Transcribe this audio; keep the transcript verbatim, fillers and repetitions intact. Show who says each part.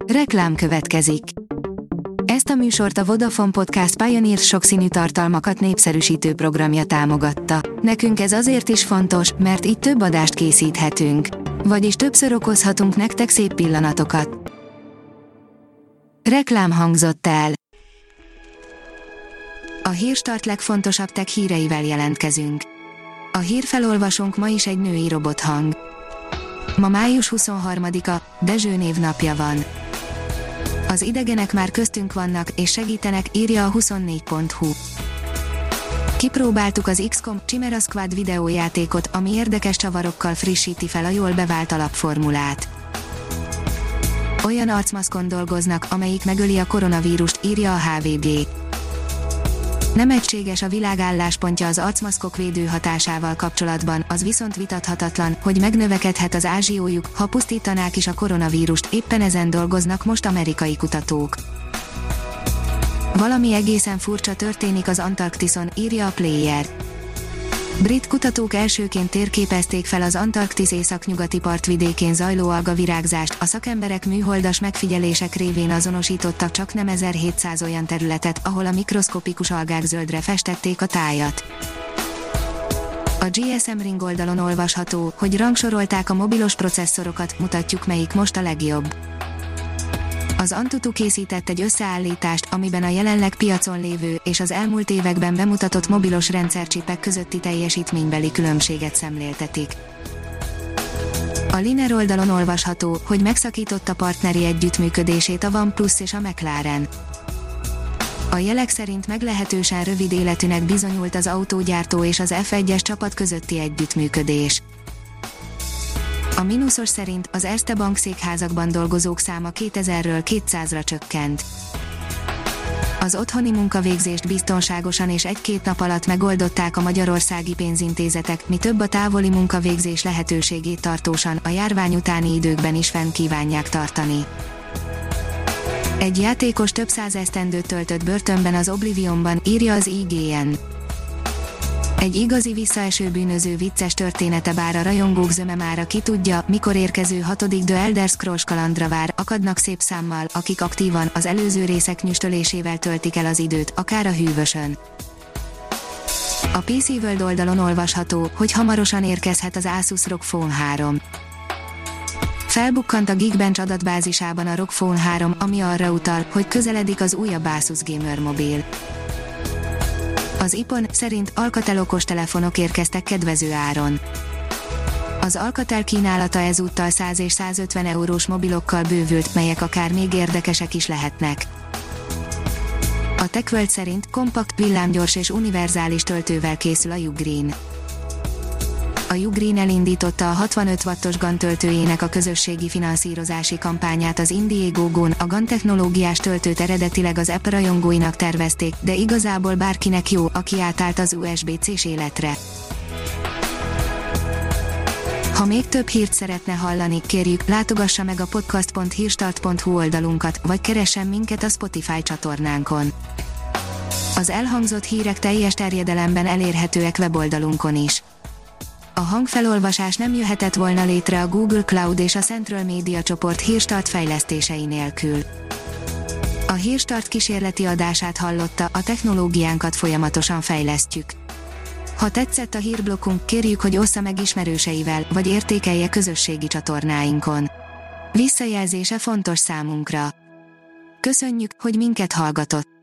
Speaker 1: Reklám következik. Ezt a műsort a Vodafone Podcast Pioneer sokszínű tartalmakat népszerűsítő programja támogatta. Nekünk ez azért is fontos, mert így több adást készíthetünk. Vagyis többször okozhatunk nektek szép pillanatokat. Reklám hangzott el. A Hírstart legfontosabb tech híreivel jelentkezünk. A hírfelolvasónk ma is egy női robothang. Ma május huszonharmadika, Dezső névnapja van. Az idegenek már köztünk vannak, és segítenek, írja a huszonnégy pont hu. Kipróbáltuk az iksz kom Chimera Squad videójátékot, ami érdekes csavarokkal frissíti fel a jól bevált alapformulát. Olyan arcmaszkon dolgoznak, amelyik megöli a koronavírust, írja a há vé gé. Nem egységes a világ álláspontja az arcmaszkok védő hatásával kapcsolatban, az viszont vitathatatlan, hogy megnövekedhet az ázsiójuk, ha pusztítanák is a koronavírust, éppen ezen dolgoznak most amerikai kutatók. Valami egészen furcsa történik az Antarktiszon, írja a Player. Brit kutatók elsőként térképezték fel az Antarktisz északnyugati partvidékén zajló algavirágzást, a szakemberek műholdas megfigyelések révén azonosítottak csaknem ezerhétszáz olyan területet, ahol a mikroszkopikus algák zöldre festették a tájat. A gé es em Ring oldalon olvasható, hogy rangsorolták a mobilos processzorokat, mutatjuk melyik most a legjobb. Az Antutu készített egy összeállítást, amiben a jelenleg piacon lévő és az elmúlt években bemutatott mobilos rendszercsipek közötti teljesítménybeli különbséget szemléltetik. A Liner oldalon olvasható, hogy megszakította partneri együttműködését a OnePlus és a McLaren. A jelek szerint meglehetősen rövid életűnek bizonyult az autógyártó és az ef egyes csapat közötti együttműködés. A mínuszos szerint az Erste Bank székházakban dolgozók száma kétezerről kétszázra csökkent. Az otthoni munkavégzést biztonságosan és egy-két nap alatt megoldották a magyarországi pénzintézetek, mi több a távoli munkavégzés lehetőségét tartósan, a járvány utáni időkben is fenn kívánják tartani. Egy játékos több száz esztendőt töltött börtönben az Oblivionban, írja az i gé en. Egy igazi visszaeső bűnöző vicces története, bár a rajongók zöme mára ki tudja, mikor érkező hatodik The Elder Scrolls kalandra vár, akadnak szép számmal, akik aktívan, az előző részek nyüstölésével töltik el az időt, akár a hűvösön. A pé cé World oldalon olvasható, hogy hamarosan érkezhet az Asus ROG Phone három. Felbukkant a Geekbench adatbázisában a ROG Phone három, ami arra utal, hogy közeledik az újabb Asus Gamer mobil. Az i pé o en szerint Alcatel okostelefonok érkeztek kedvező áron. Az Alcatel kínálata ezúttal száz és százötven eurós mobilokkal bővült, melyek akár még érdekesek is lehetnek. A TechWorld szerint kompakt, villámgyors és univerzális töltővel készül a Ugreen. A Ugreen elindította a hatvanöt wattos GAN töltőjének a közösségi finanszírozási kampányát az Indiegogon. A GAN technológiás töltőt eredetileg az Apple rajongóinak tervezték, de igazából bárkinek jó, aki átállt az u es bé cés életre. Ha még több hírt szeretne hallani, kérjük, látogassa meg a podcast pont hírstart pont hu oldalunkat, vagy keressen minket a Spotify csatornánkon. Az elhangzott hírek teljes terjedelemben elérhetőek weboldalunkon is. A hangfelolvasás nem jöhetett volna létre a Google Cloud és a Central Media csoport Hírstart fejlesztései nélkül. A Hírstart kísérleti adását hallotta, a technológiánkat folyamatosan fejlesztjük. Ha tetszett a hírblokkunk, kérjük, hogy ossza meg ismerőseivel, vagy értékelje közösségi csatornáinkon. Visszajelzése fontos számunkra. Köszönjük, hogy minket hallgatott!